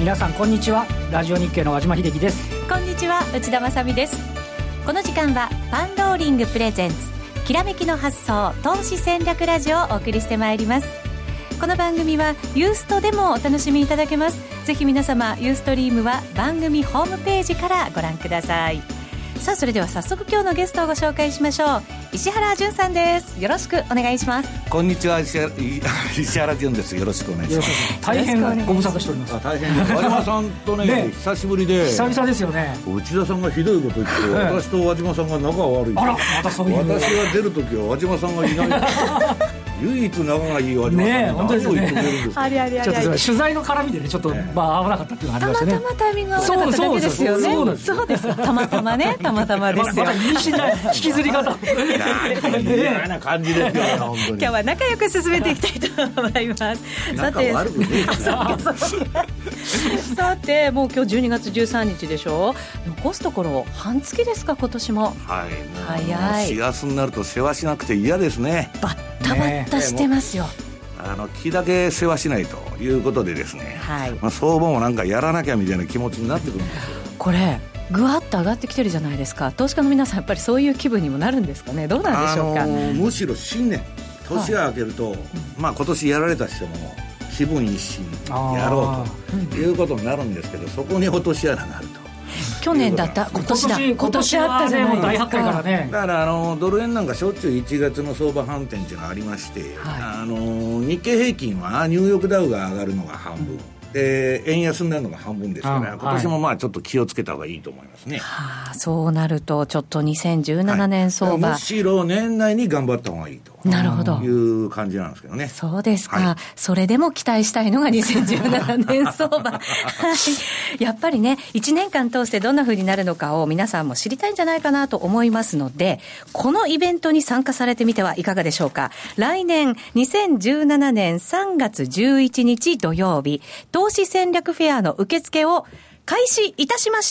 皆さんこんにちは。ラジオ日経の和島秀樹です。 こんにちは、内田まさみです。この時間はパンローリングプレゼンツきらめきの発想投資戦略ラジオをお送りしてまいります。この番組はユーストでもお楽しみいただけます。ぜひ皆様ユーストリームは番組ホームページからご覧ください。さあ、それでは早速今日のゲストをご紹介しましょう。石原潤さんです。よろしくお願いします。 こんにちは、石原潤です。よろしくお願いします。 大変ご無沙汰しております。 大変です。和島さんとね久しぶりで久々ですよね。 内田さんがひどいこと言って、私と和島さんが仲悪い。 あら、またそういう。 私が出るときは和島さんがいない唯一仲がいい和島さんね、本当ですね。 ちょっと取材の絡みでね、ちょっと、合わなかったっていうのがありましたね。 たまたまタイミングが合わなかっただけですよね。そうです。たまたまね、たまたまですよ。 また言いしない引きずり方。 嫌な感じですよ本当に。 今日は仲良く進めていきたいと思います。 仲悪くねさて、もう今日12月13日でしょ。残すところ半月ですか、今年も。 はい、 早い。 4月になると世話しなくて嫌ですね。 バッタバッタしてますよ。 気だけ世話しないということでですね、相場もなんかやらなきゃみたいな気持ちになってくるんですよ。 これぐわっと上がってきてるじゃないですか。投資家の皆さんやっぱりそういう気分にもなるんですかね。どうなんでしょうか。 むしろ新年年が明けると、今年やられた人も気分一新やろうということになるんですけど、そこに落とし穴があると。 去年だった、今年だ、今年あったじゃないですか。 大発会からね。 だからドル円なんかしょっちゅう1月の相場反転っていうのがありまして、日経平均はニューヨークダウが上がるのが半分で円安になるのが半分ですから、今年もちょっと気をつけた方がいいと思いますね。 そうなるとちょっと2017年相場、 むしろ年内に頑張った方がいいという感じなんですけどね。 そうですか、それでも期待したいのが2017年相場やっぱりね、1年間通してどんな風になるのかを皆さんも知りたいんじゃないかなと思いますので、このイベントに参加されてみてはいかがでしょうか。来年2017年3月11日土曜日、投資戦略フェアの受付を開始いたしました。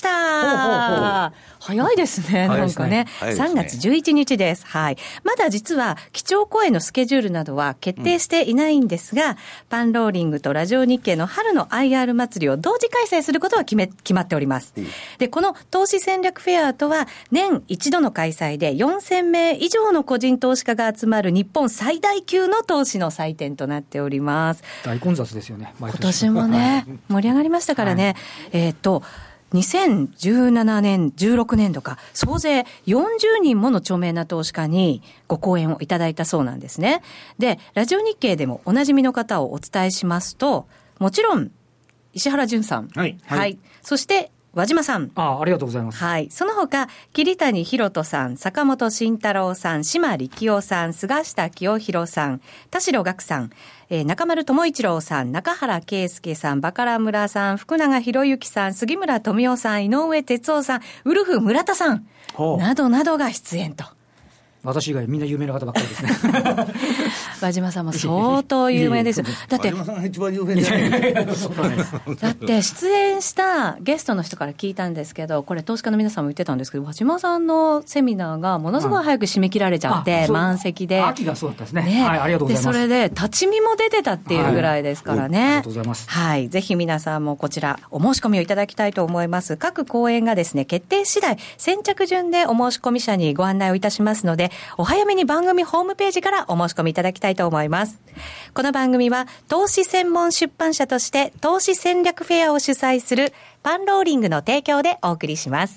早いですね。なんかね、3月11日です。はい。まだ実は基調講演のスケジュールなどは決定していないんですが、パンローリングとラジオ日経の春の IR 祭りを同時開催することは決まっております。で、この投資戦略フェアとは年一度の開催で4000名以上の個人投資家が集まる日本最大級の投資の祭典となっております。 大混雑ですよね。 今年もね、盛り上がりましたからね。2017年16年度か総勢40人もの著名な投資家にご講演をいただいたそうなんですね。で、ラジオ日経でもおなじみの方をお伝えしますと、もちろん石原潤さん、そして和島さん、 ありがとうございます。 はい。その他、桐谷博人さん、坂本慎太郎さん、島力夫さん、菅下清弘さん、田代岳さん、中丸智一郎さん、中原圭介さん、バカラ村さん、福永博之さん、杉村富夫さん、井上哲夫さん、ウルフ村田さん、などなどが出演と。 私以外みんな有名な方ばっかりですね。 和島さんも相当有名ですよ。だって和島さんが一番有名じゃないだって出演したゲストの人から聞いたんですけど、これ投資家の皆さんも言ってたんですけど、和島さんのセミナーがものすごい早く締め切られちゃって、満席で。 秋がそうだったですね。はい、ありがとうございます。 で、それで立ち見も出てたっていうぐらいですからね。 ありがとうございます。 はい。ぜひ皆さんもこちらお申し込みをいただきたいと思います。各講演がですね、決定次第先着順でお申し込み者にご案内をいたしますので、お早めに番組ホームページからお申し込みいただきたいと思います。この番組は投資専門出版社として投資戦略フェアを主催するパンローリングの提供でお送りします。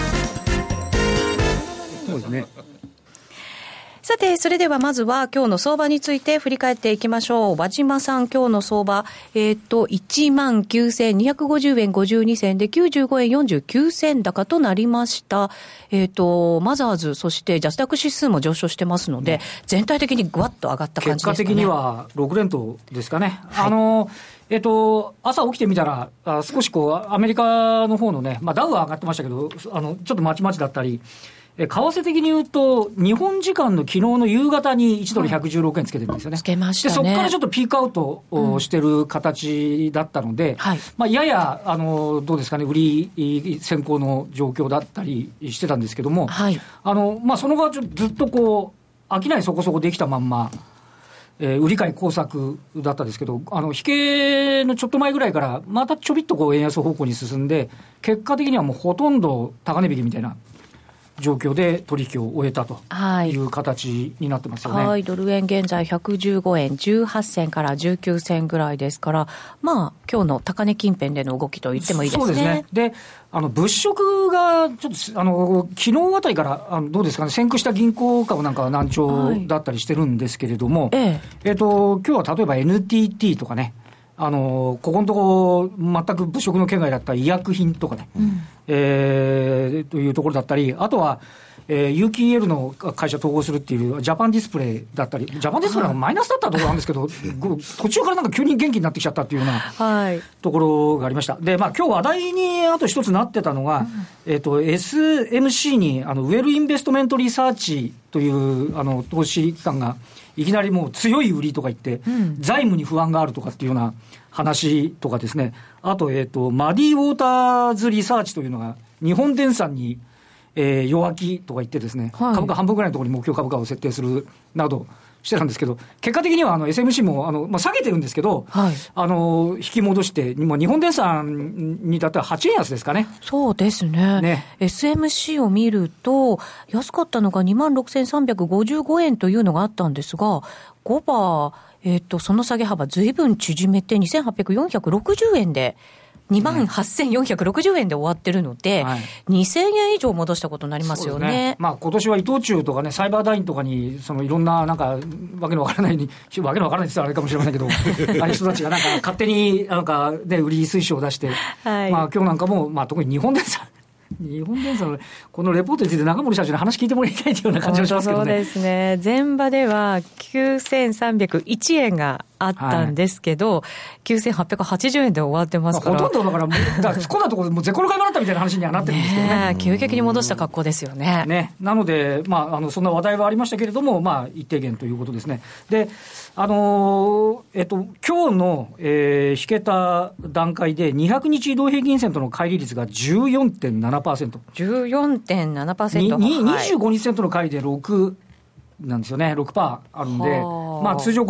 そうですね。 さて、それではまずは今日の相場について振り返っていきましょう。和島さん、今日の相場、19,250 円52銭で95円49銭高となりました。マザーズ、そしてジャスダック指数も上昇してますので、全体的にぐわっと上がった感じですかね。 結果的には6連投ですかね。はい、朝起きてみたら、少しアメリカの方のね、ダウは上がってましたけど、ちょっとまちまちだったり、為替的に言うと、日本時間の昨日の夕方に1ドル116円つけてるんですよね。 つけましたね。 で、そこからちょっとピークアウトをしてる形だったので、やや、どうですかね、売り先行の状況だったりしてたんですけども、その後はずっと商いそこそこできたまんま、 売り買い工作だったんですけど、引けのちょっと前ぐらいからまたちょびっとこう円安方向に進んで、結果的にはもうほとんど高値引きみたいな状況で取引を終えたという形になってますよね。 はい、ドル円現在115円18銭から19銭ぐらいですから、まあ今日の高値近辺での動きと言ってもいいですね。 そうですね。で、物色がちょっと昨日あたりからどうですかね、先駆した銀行株なんかは難聴だったりしてるんですけれども、今日は例えば NTT とかね、ここのとこ全く物色の圏外だった医薬品とかね、というところだったり、あとは、UQL の会社統合するっていうジャパンディスプレイだったり、ジャパンディスプレイがマイナスだったところなんですけど、途中からなんか急に元気になってきちゃったっていうようなところがありました。で、まあ今日話題にあと一つなってたのが、SMC にウェルインベストメントリサーチという投資機関がいきなりもう強い売りとか言って、財務に不安があるとかっていうような話とかですね、あと、マディウォーターズリサーチというのが日本電産に弱気とか言ってですね、株価半分ぐらいのところに目標株価を設定するなどしてたんですけど、結果的にはSMC も下げてるんですけど、引き戻して、もう日本電産に至っては8円安ですかね。そうですね。SMC を見ると、安かったのが26,355 円というのがあったんですが、5番、その下げ幅ずいぶん縮めて2800、460円で、28,460 円で終わってるので、2000円以上戻したことになりますよね。 まあ今年は伊藤忠とかね、サイバーダインとかに、いろんななんか、わけのわからないって言ったらあれかもしれませんけど、ああいう人たちがなんか勝手になんかね、売り推奨を出して、まあ今日なんかも、まあ特に日本電産のこのレポートについて中森社長に話聞いてもらいたいというような感じがしますけどね。 そうですね。前場では9,301円があったんですけど、9,880 円で終わってますから。 ほとんどだから突っ込んだところでもう絶好の買い場だったみたいな話にはなってるんですけどね。 急激に戻した格好ですよね。 なので、まあ、そんな話題はありましたけれども、まあ、一定減ということですね。で、今日の、引けた段階で、200日移動平均線との乖離率が 14.7%。 14.7%。 25日線との乖離で6なんですよね。6% あるんで、まあ通常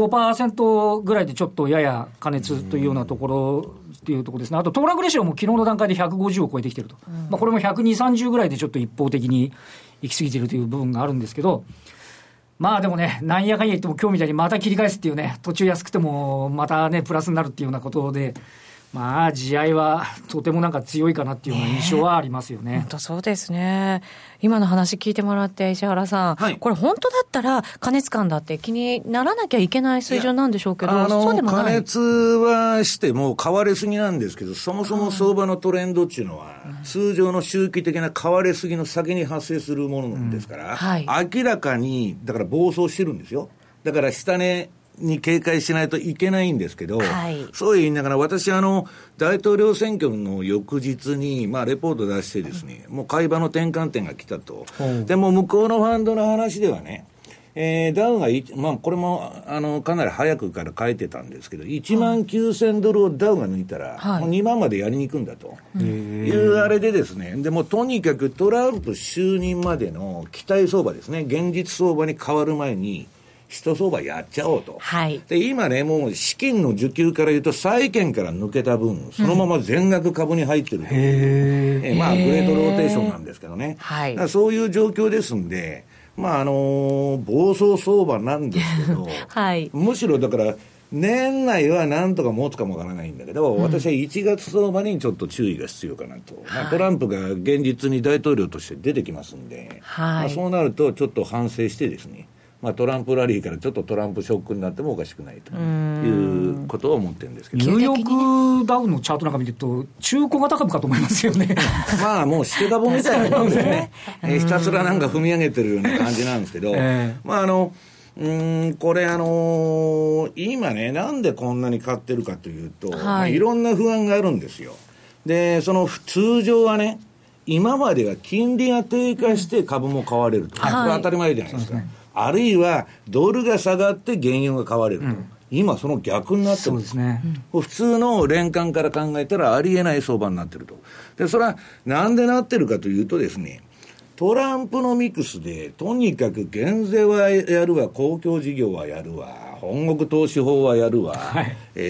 5% ぐらいでちょっとやや過熱というようなところっていうところですね。あと騰落レシオも昨日の段階で150を超えてきてると。まあこれも120、30ぐらいでちょっと一方的に行き過ぎているという部分があるんですけど、まあでもね、なんやかんや言っても今日みたいにまた切り返すっていうね、途中安くてもまたね、プラスになるっていうようなことで、まあ地合いはとてもなんか強いかなっていうような印象はありますよね。 本当そうですね。今の話聞いてもらって石原さん、これ本当だったら過熱感だって気にならなきゃいけない水準なんでしょうけど、そうでもない。 過熱はしても買われすぎなんですけど、そもそも相場のトレンドっていうのは、通常の周期的な買われすぎの先に発生するものですから、明らかにだから暴走してるんですよ。だから下値に警戒しないといけないんですけど、そう言いながら私大統領選挙の翌日にレポート出してですね、もう買い場の転換点が来たと。でも向こうのファンドの話ではね、ダウがこれもかなり早くから書いてたんですけど、19,000ドルをダウが抜いたら、もう2万までやりに行くんだというあれでですね、でもとにかくトランプ就任までの期待相場ですね、現実相場に変わる前に一相場やっちゃおうと。で今ね、もう資金の需給から言うと債券から抜けた分、そのまま全額株に入ってるという、グレートローテーションなんですけどね、そういう状況ですんで、暴走相場なんですけど、むしろだから年内はなんとか持つかもわからないんだけど、私は1月相場にちょっと注意が必要かなと、トランプが現実に大統領として出てきますんで、そうなるとちょっと反省してですね、トランプラリーからちょっとトランプショックになってもおかしくないということを思ってるんですけど、 ニューヨークダウンのチャートなんか見てると中古型株かと思いますよね。 もう捨て株みたいなもんですね。ひたすらなんか踏み上げてるような感じなんですけど、これ今ね、なんでこんなに買ってるかというと、いろんな不安があるんですよ。で通常はね、今までは金利が低下して株も買われると、これ当たり前じゃないですか。あるいはドルが下がって原油が買われると、今その逆になってるんですね。普通の連関から考えたらありえない相場になってると。でそれはなんでなってるかというとですね、トランプのミクスでとにかく減税はやるわ、公共事業はやるわ、 本国投資法はやるわ、はい、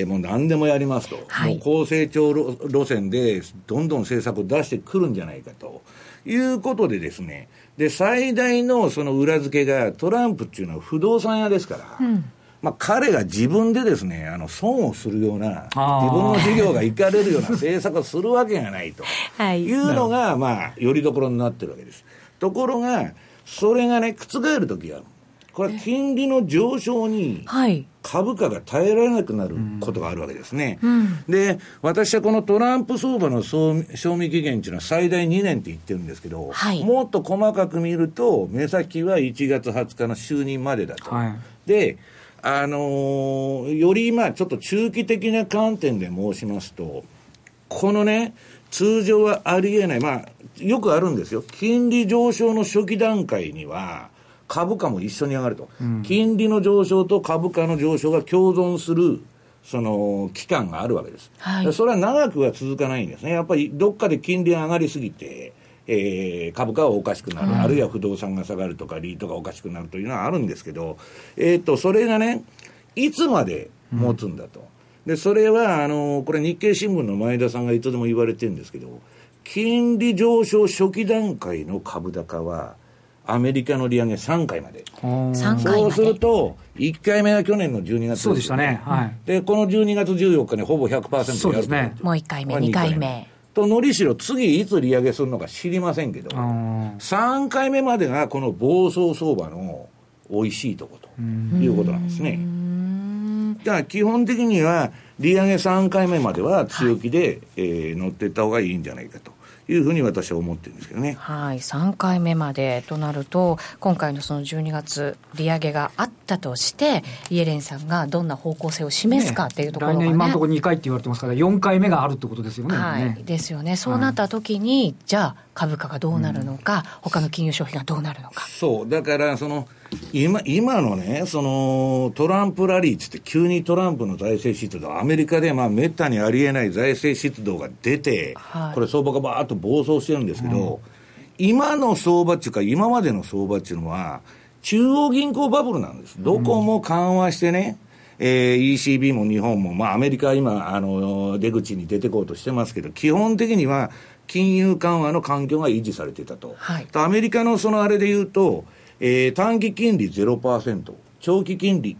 もう何でもやりますと、はい、もう高成長路線でどんどん政策を出してくるんじゃないかということでですね、で最大のその裏付けがトランプっていうのは不動産屋ですから、まあ、彼が自分でですね損をするような自分の事業がいかれるような政策をするわけがないというのが、まあ、よりどころになってるわけです。ところがそれがね覆るときがある。これは金利の上昇に株価が耐えられなくなることがあるわけですね、で私はこのトランプ相場の賞味期限というのは最大2年って言ってるんですけど、はい、もっと細かく見ると目先は1月20日の就任までだと、はい、でより今ちょっと中期的な観点で申しますと、このね通常はありえない、まあよくあるんですよ。金利上昇の初期段階には株価も一緒に上がると、金利の上昇と株価の上昇が共存するその期間があるわけです、はい、それは長くは続かないんですね。やっぱりどっかで金利が上がりすぎて、株価はおかしくなる、あるいは不動産が下がるとかリートがおかしくなるというのはあるんですけど、それがねいつまで持つんだと、でそれはこれ日経新聞の前田さんがいつでも言われてるんですけど、金利上昇初期段階の株高はアメリカの利上げ3回まで。そうすると、1回目は去年の12月。 そうでしたね。はい。 で、この12月14日にほぼ 100% そうですね。 もう1回目、2回目。 と、のりしろ次いつ利上げするのか知りませんけど、3回目までがこの暴走相場の美味しいとこということなんですね。だから基本的には利上げ3回目までは強気で、乗っていった方がいいんじゃないかというふうに私は思ってるんですけどね。 はい、3回目までとなると今回のその12月利上げがあったとしてイエレンさんがどんな方向性を示すかっていうところがね、 来年今のところ2回って言われてますから4回目があるってことですよね。 はい、ですよね。そうなった時に、じゃあ株価がどうなるのか、他の金融消費がどうなるのか。 そうだからその今のねそのトランプラリーっつって急にトランプの財政出動、アメリカでまあめったにありえない財政出動が出て、はい、これ相場がバーッと暴走してるんですけど、今の相場っていうか今までの相場っていうのは中央銀行バブルなんです。どこも緩和してね、ECB も日本も、まあアメリカは今出口に出てこうとしてますけど、基本的には金融緩和の環境が維持されていたと、はい、アメリカのそのあれで言うと、短期金利 0%、長期金利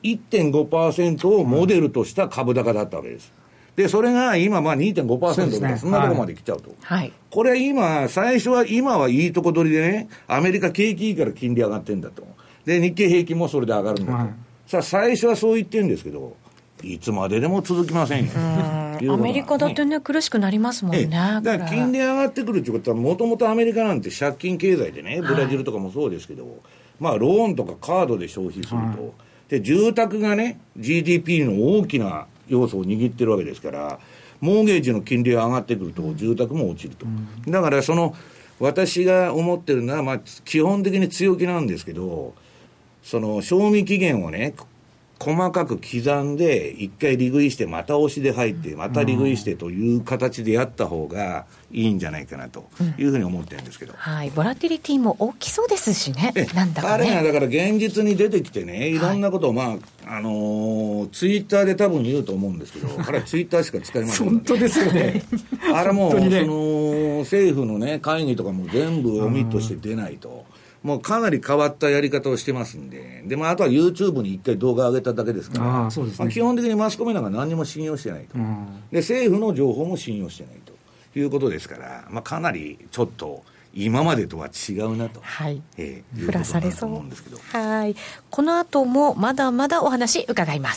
1.5% をモデルとした株高だったわけです。で、それが今まあ 2.5% とかそんなとこまで来ちゃうと。はい。これ今、最初は今はいいとこ取りでね、アメリカ景気いいから金利上がってんだと。で、日経平均もそれで上がるんだと。はい、さあ、最初はそう言ってるんですけど、いつまででも続きませんよ。 アメリカだってね、苦しくなりますもんね。 だから金利上がってくるってことは、もともとアメリカなんて借金経済でね、ブラジルとかもそうですけど、まあローンとかカードで消費すると、で住宅がね GDP の大きな要素を握ってるわけですから、モーゲージの金利が上がってくると住宅も落ちると、だからその私が思ってるのは、まあ基本的に強気なんですけど、その賞味期限をね細かく刻んで一回利食いしてまた押しで入ってまた利食いしてという形でやった方がいいんじゃないかなというふうに思ってるんですけど、 はい、ボラティリティも大きそうですしね。なんだかね、 彼がだから現実に出てきてね、いろんなことを、まあツイッターで多分言うと思うんですけど、彼はツイッターしか使いません、 本当ですよねあれもう、ね、その政府のね会議とかも全部オミットして出ないと、もうかなり変わったやり方をしてますんで、でもあとは YouTube に一回動画上げただけですから、そうですね、まあ、基本的にマスコミなんか何にも信用してないと、で政府の情報も信用してないということですから、まあ、かなりちょっと今までとは違うなと、 はい、 いうことだと思うんですけど、 はい、この後もまだまだお話伺います。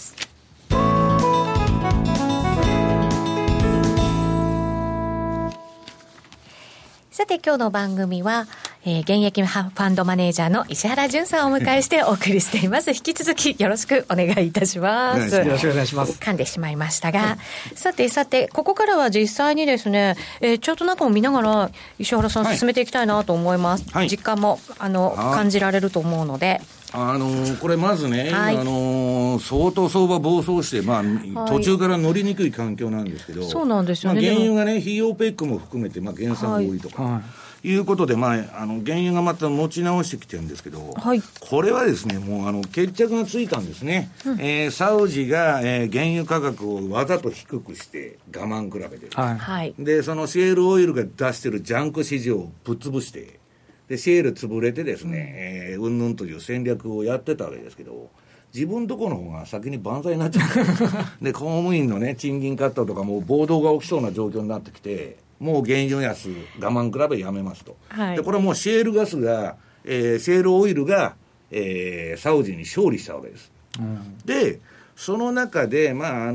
さて今日の番組は、現役ファンドマネージャーの石原潤さんをお迎えしてお送りしています。引き続きよろしくお願いいたします。 よろしくお願いします。 噛んでしまいましたが、さてここからは実際にですね、チャートなんかも見ながら石原さん進めていきたいなと思います。はい、実感も感じられると思うので、 これまずね、 はい、 相当相場暴走して、途中から乗りにくい環境なんですけど、 そうなんですよね。 原油がね、非オペックも含めて、減産が多いとか、いうことで、原油がまた持ち直してきてるんですけど、 はい、 これはですね、もう決着がついたんですね。サウジが、原油価格をわざと低くして、我慢比べて、 はい、 で、そのシェールオイルが出してるジャンク市場をぶっ潰して、でシェール潰れてですね、うんぬんという戦略をやってたわけですけど、自分とこの方が先に万歳になっちゃうで、公務員のね、賃金カットとかもう暴動が起きそうな状況になってきて、もう原油安我慢比べやめますと、はい、でこれはもうシェールガスが、シェールオイルが、サウジに勝利したわけです、でその中で、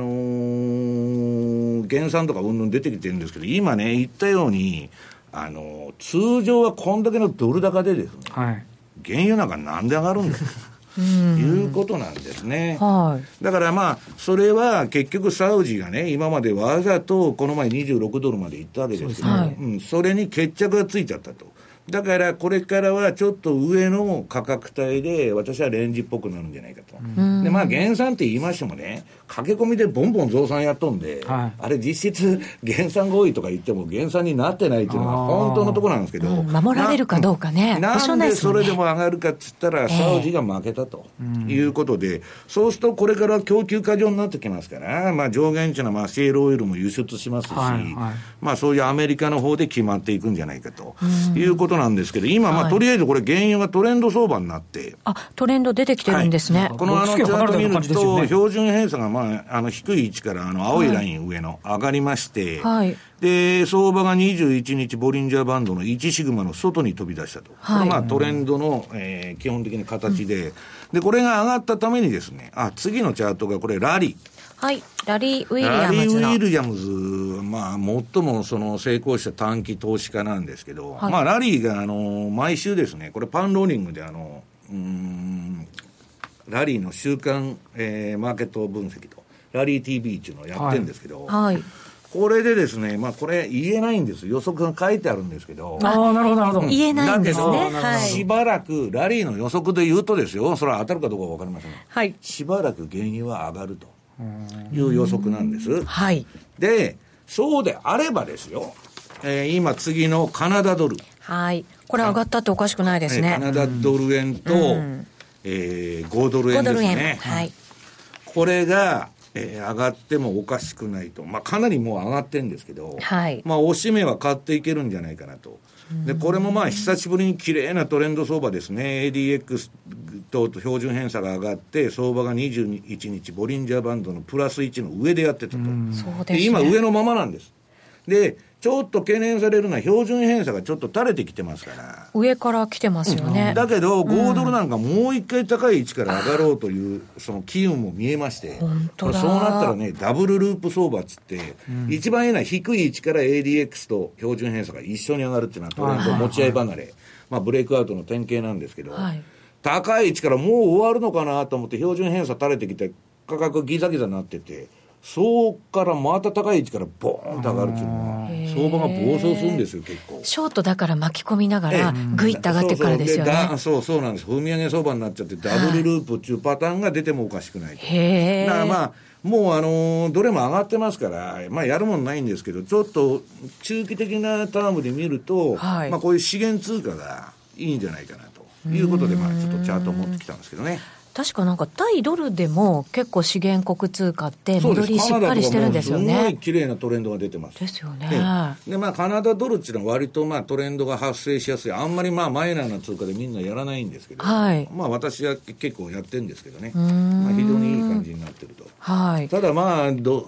減産とかうんぬん出てきてるんですけど、今ね言ったように通常はこんだけのドル高でですね、はい、原油なんかなんで上がるんですかということなんですね、はい、だからそれは結局サウジがね、今までわざとこの前26ドルまで行ったわけですけど、はい、それに決着がついちゃったと。だからこれからはちょっと上の価格帯で私はレンジっぽくなるんじゃないかと。で減産って言いましてもね、駆け込みでボンボン増産やっとんで、はい、あれ実質減産が多いとか言っても減産になってないっていうのが本当のところなんですけど、 守られるかどうかね、 なんでそれでも上がるかっつったら、サウジが負けたということで、そうするとこれから供給過剰になってきますから、上限っていうのはシェールオイルも輸出しますし、はいはい、そういうアメリカの方で決まっていくんじゃないかということなんですけど、今、はい、とりあえずこれ原油がトレンド相場になって、 トレンド出てきてるんですね、 はい、このチャート見ると、標準偏差が低い位置から青いライン上の上がりまして、はい、で相場が21日ボリンジャーバンドの1シグマの外に飛び出したと、はい、これトレンドの、基本的な形で、でこれが上がったためにですね、次のチャートがこれラリー、 はい、ラリー・ウィリアムズの。 ラリー・ウィリアムズ、最も成功した短期投資家なんですけど、はい、ラリーが毎週ですね、これパンローリングでラリーの週間、マーケット分析と、ラリー TV っていうのをやってるんですけど、はいはい、これでですね、これ言えないんです。予測が書いてあるんですけど。 なるほどなるほど。 言えないんですね。 だけど、しばらくラリーの予測で言うとですよ、それは当たるかどうかは分かりません。はい。しばらく原油は上がるという予測なんです。 はい。 で、そうであればですよ、今次のカナダドル。 はい。これ上がったっておかしくないですね。 カナダドル円と、5ドル円ですね。はい。これが、上がってもおかしくないと、かなりもう上がってるんですけど、はい、おしめは買っていけるんじゃないかなと。でこれも久しぶりに綺麗なトレンド相場ですね。 ADX と標準偏差が上がって相場が21日ボリンジャーバンドのプラス1の上でやってたと。 そうですね、 で今上のままなんです。でちょっと懸念されるのは標準偏差がちょっと垂れてきてますから上から来てますよね、 だけど5ドルなんかもう一回高い位置から上がろうというその機運も見えまして、 本当だ、 そうなったらねダブルループ相場っつって、一番いいのは低い位置から ADX と標準偏差が一緒に上がるっていうのはトレンド持ち合い離れ、ブレイクアウトの典型なんですけど、高い位置からもう終わるのかなと思って標準偏差垂れてきて価格ギザギザになってて、そうからまた高い位置からボーンと上がるっていうのは相場が暴走するんですよ。結構ショートだから巻き込みながらグイッと上がってからですよね。 そうなんです。踏み上げ相場になっちゃってダブルループっていうパターンが出てもおかしくないと。だからもうどれも上がってますから、やるもんないんですけど、ちょっと中期的なタームで見ると、こういう資源通貨がいいんじゃないかなということで、ちょっとチャートを持ってきたんですけどね。 確か対ドルでも結構資源国通貨って戻りしっかりしてるんですよね。 すごい綺麗なトレンドが出てます。 ですよね。 でカナダドルっていうのは割とトレンドが発生しやすい、あんまりマイナーな通貨でみんなやらないんですけど、私は結構やってるんですけどね、非常にいい感じになってると。ただもう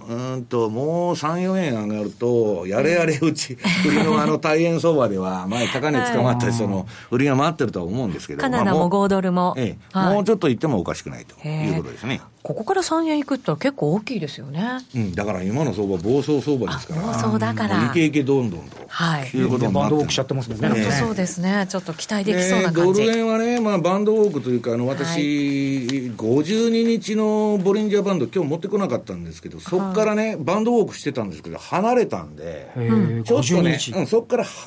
3,4 円上がるとやれやれうち売りの大円相場では前高値捕まったりその売りが待ってるとは思うんですけど、 カナダも5ドルも、 もうちょっと言ってもおかしくないということですね。 ここから3円いくってのは結構大きいですよね。 だから今の相場暴走相場ですから、 暴走だからイケイケどんどんと、いうことになってる。 バンドウォークしちゃってますもんね。 本当そうですね。ちょっと期待できそうな感じ。 ドル円はね、バンドウォークというか私、52日のボリンジャーバンド今日持ってこなかったんですけど、そこからねバンドウォークしてたんですけど離れたんで、ちょっとね、そこから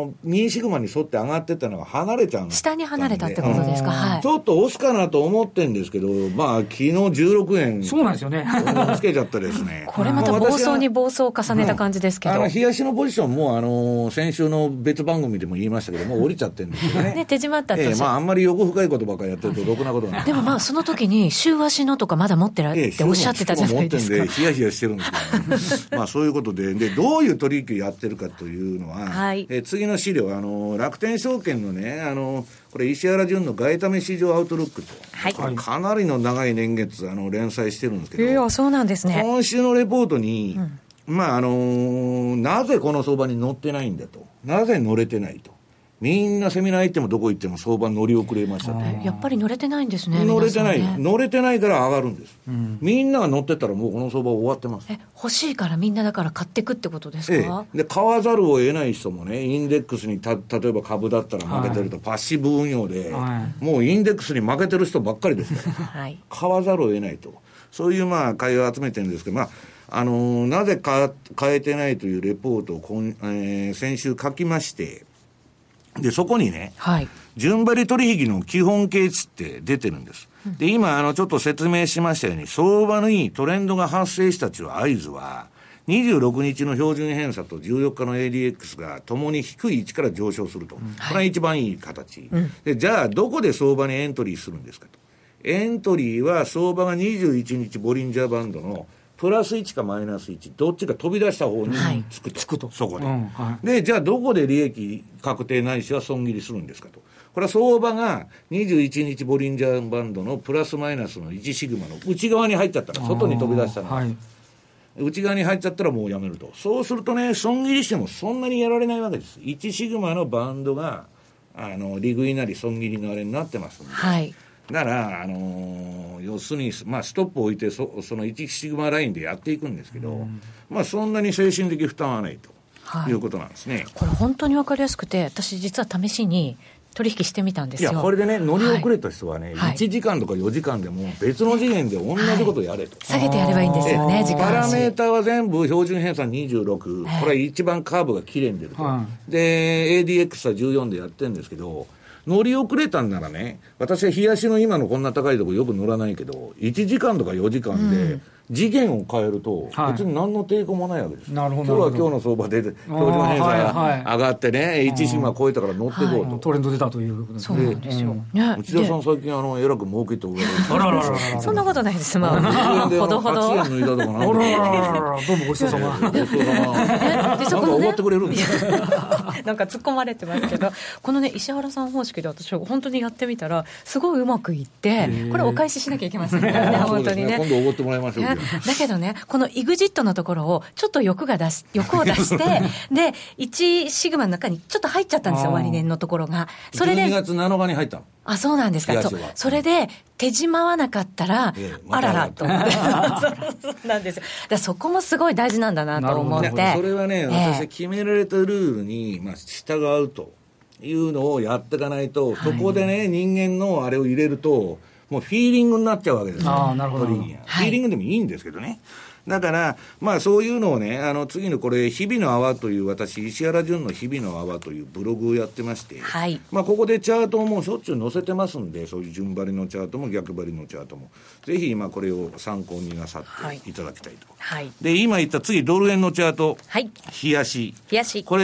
2シグマに沿って上がってったのが離れちゃうんで、 下に離れたってことですか。 ちょっと押すかなと思ってるんですけど、昨日16円そうなんですよねつけちゃったですねこれまた暴走に暴走を重ねた感じですけど、 冷やしのポジションも先週の別番組でも言いましたけどもう降りちゃってるんですよね手締まったとあんまり欲深いことばっかりやってるとろくなことない。 でもその時に週足のとかまだ持ってるっておっしゃってたじゃないですか。 持ってんでヒヤヒヤしてるんですけど、そういうことでどういう取引をやってるかというのは、次の資料楽天証券のねこれ石原潤の外為市場アウトルックと、かなりの長い年月連載してるんですけど、 そうなんですね。 今週のレポートに、なぜこの相場に乗ってないんだと、なぜ乗れてないと、みんなセミナー行ってもどこ行っても相場乗り遅れましたと。 やっぱり乗れてないんですね。 乗れてない、乗れてないから上がるんです、みんなが乗ってたらもうこの相場終わってます。 欲しいからみんなだから買ってくってことですか。 で買わざるを得ない人もね、インデックスに例えば株だったら負けてると、パッシブ運用で、もうインデックスに負けてる人ばっかりですから、買わざるを得ないと、そういう会話を集めてるんですけど、なぜ買えてないというレポートを先週書きまして、でそこにね、順張り取引の基本形値って出てるんです。で今ちょっと説明しましたように、相場にトレンドが発生したという合図は26日の標準偏差と14日の ADX がともに低い位置から上昇すると、これが一番いい形、でじゃあどこで相場にエントリーするんですかと。エントリーは相場が21日ボリンジャーバンドのプラス1かマイナス1、どっちか飛び出した方につくと、そこで、でじゃあどこで利益確定ないしは損切りするんですかと。これは相場が21日ボリンジャーバンドのプラスマイナスの1シグマの内側に入っちゃったら、外に飛び出したのが、内側に入っちゃったらもうやめると。そうするとね、損切りしてもそんなにやられないわけです。1シグマのバンドが利食いなり損切りのあれになってますんで、だから、要するに、ストップを置いてその1シグマラインでやっていくんですけど、そんなに精神的負担はないということなんですね。 これ本当に分かりやすくて、私実は試しに取引してみたんですよ。 いやこれでね、乗り遅れた人はね、1時間とか4時間でも別の次元で同じことをやれと、 下げてやればいいんですよね。時間パラメーターは全部標準偏差26、これは一番カーブが綺麗に出ると、で ADX は14でやってるんですけど、乗り遅れたんならね、私は冷やしの今のこんな高いところよく乗らないけど、1時間とか4時間で次元を変えると別に何の抵抗もないわけです。今日は今日の相場で標準偏差が上がってね、1シグマ超えたから乗っていこうと、 トレンド出たということですね。 そうなんですよ、 内田さん最近えらく儲けておられる。 そんなことないです。ほどほど 8円抜いたとかなんでどうもごちそうさま。 なんかおごってくれるんですなんか突っ込まれてますけど、このね石原さん方式で私は本当にやってみたらすごいうまくいって、これお返ししなきゃいけませんからね本当にね。 今度おごってもらいましょう。 だけどね、この EXIT のところをちょっと欲を出してで1シグマの中にちょっと入っちゃったんですよ、終値のところが。それで 12月7日に入ったの。 そうなんですか。それで手締まわなかったら、あららと思ってそうなんですよ。だそこもすごい大事なんだなと思って、 それはね、私は決められたルールに、従うというのをやっていかないと、そこでね人間のあれを入れるともうフィーリングになっちゃうわけですよ。 なるほど。 フィーリングでもいいんですけどね。だからそういうのをね、次のこれ日々の泡という、私石原潤の日々の泡というブログをやってまして、ここでチャートをもうしょっちゅう載せてますんで、そういう順張りのチャートも逆張りのチャートもぜひこれを参考になさっていただきたいと、で今言った次ドル円のチャート、冷やしこれ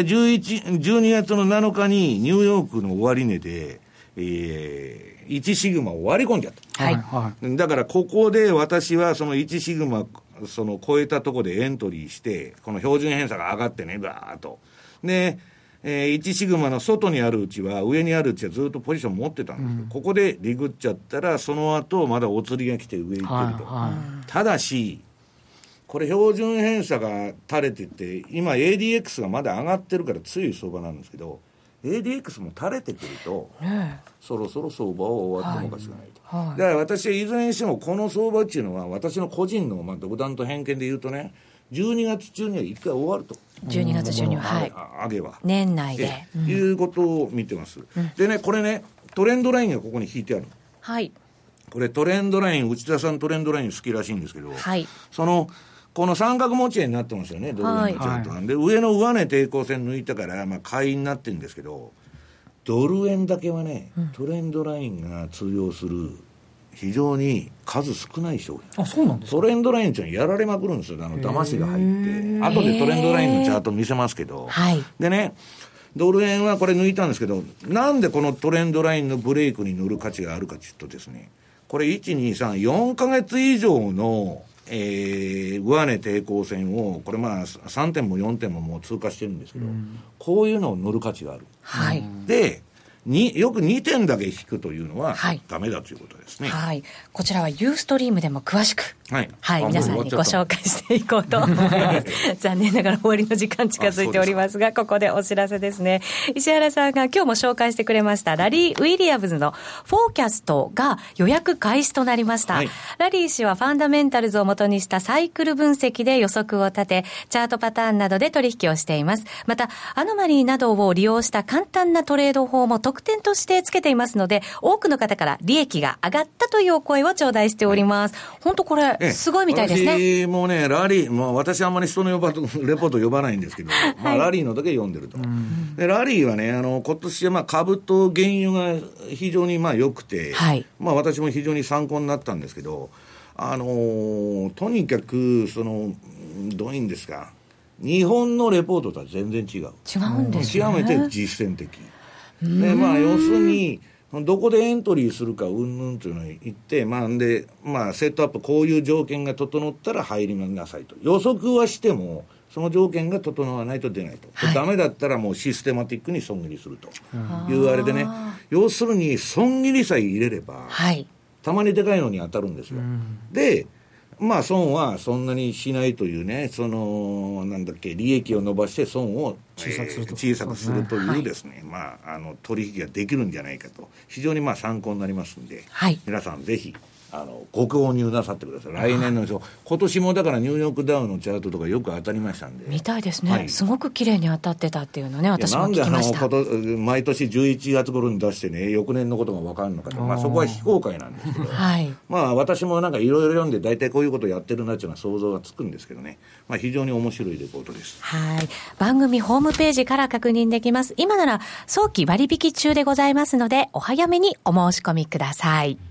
12月の7日にニューヨークの終値で1シグマを割り込んじゃった、だからここで私はその1シグマ超えたところでエントリーして、この標準偏差が上がってね、バーッとで、1シグマの外にあるうちは、上にあるうちはずっとポジション持ってたんですけど、ここでリグっちゃったらその後まだお釣りが来て上行ってると、ただしこれ標準偏差が垂れてて、今 ADX がまだ上がってるから強い相場なんですけど、ADX も垂れてくると、そろそろ相場は終わってもおかしくないと、 だから私はいずれにしてもこの相場っていうのは私の個人の独断と偏見で言うとね、12月中には1回終わると。 12月中には、はい、 上げは年内で、 いうことを見てます、でね、これね、トレンドラインがここに引いてある。 はい。 これトレンドライン、内田さんトレンドライン好きらしいんですけど、 はい、 この三角持ち合いになってますよね、ドル円のチャートなんで、上の上値抵抗線抜いたから、買いになってるんですけど、ドル円だけはね、トレンドラインが通用する非常に数少ない商品。 あ、そうなんですか。 トレンドラインっていうのはやられまくるんですよ、騙しが入って。後でトレンドラインのチャート見せますけど、でね、ドル円はこれ抜いたんですけど、なんでこのトレンドラインのブレイクに乗る価値があるかというとですね、これ1、2、3、4ヶ月以上の上値抵抗線をこれ3点も4点ももう通過してるんですけど、こういうのを乗る価値がある、 はい、 でよく2点だけ引くというのはダメだということですね、 はい、こちらはユーストリームでも詳しく、 はいはい、皆さんにご紹介していこうと思います残念ながら終わりの時間近づいておりますが、ここでお知らせですね。石原さんが今日も紹介してくれましたラリー・ウィリアムズのフォーキャストが予約開始となりました、はい、ラリー氏はファンダメンタルズを元にしたサイクル分析で予測を立て、チャートパターンなどで取引をしています。またアノマリーなどを利用した簡単なトレード法も特典としてつけていますので、多くの方から利益が上がったというお声を頂戴しております。本当これすごいみたいですね。 私もね、ラリー、私あんまり人のレポート呼ばないんですけど、はい、ラリーのだけ読んでると、でラリーはね、今年は株と原油が非常に良くて、はい、私も非常に参考になったんですけど、とにかくどういうんですか、日本のレポートとは全然違うんですね。極めて実践的で、要するにどこでエントリーするかうんぬんというのを言って、セットアップこういう条件が整ったら入りなさいと。予測はしてもその条件が整わないと出ないと、はい、ダメだったらもうシステマティックに損切りするというあれでね、要するに損切りさえ入れれば、はい、たまにでかいのに当たるんですよ。で損はそんなにしないというね、利益を伸ばして損を小さくするというですね、取引ができるんじゃないかと、非常に参考になりますんで、はい、皆さんぜひご購入なさってください。来年の今年もだからニューヨークダウのチャートとかよく当たりましたんで。 みたいですね、はい、すごく綺麗に当たってたっていうのね、私も聞きました。 なんで毎年11月頃に出してね、翌年のことが分かるのかと、そこは非公開なんですけど、はい、私もいろいろ読んで大体こういうことをやってるなっていうのは想像がつくんですけどね、非常に面白いレポートです。 はい、番組ホームページから確認できます。今なら早期割引中でございますので、お早めにお申し込みください。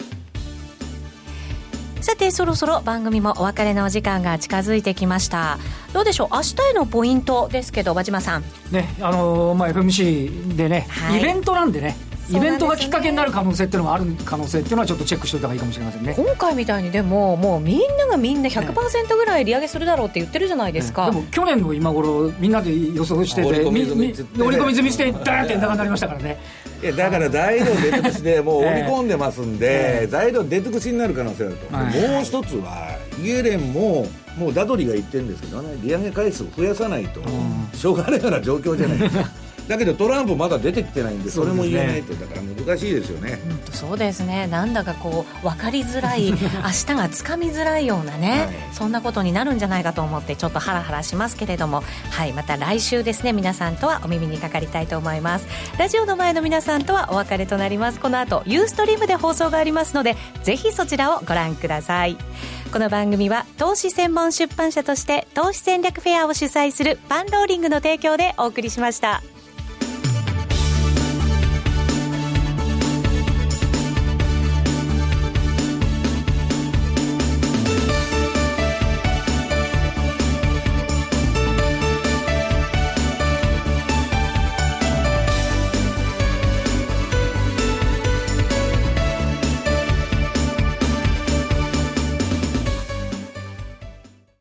さてそろそろ番組もお別れのお時間が近づいてきました。どうでしょう、明日へのポイントですけど、和島さんね、FMC でね、はい、イベントなんでね、イベントがきっかけになる可能性っていうのがある可能性っていうのはちょっとチェックしておいた方がいいかもしれませんね。 今回みたいにでももうみんながみんな 100% ぐらい利上げするだろうって言ってるじゃないですか、 でも去年の今頃みんなで予想してて織り込み済みしてダーンって高になりましたからね。 いやだから材料出尽くしでもう織り込んでますんで、材料出尽くしになる可能性があると、もう一つはイエレンもうダドリが言ってるんですけどね、利上げ回数を増やさないとしょうがないような状況じゃないですかだけどトランプまだ出てきてないんで、それも言えないと、だから難しいですよね。 そうですね、なんだかこう分かりづらい明日がつかみづらいようなね、はい、そんなことになるんじゃないかと思ってちょっとハラハラしますけれども、はい、また来週ですね、皆さんとはお耳にかかりたいと思います。ラジオの前の皆さんとはお別れとなります。この後ユーストリームで放送がありますので、ぜひそちらをご覧ください。この番組は投資専門出版社として投資戦略フェアを主催するパンローリングの提供でお送りしました。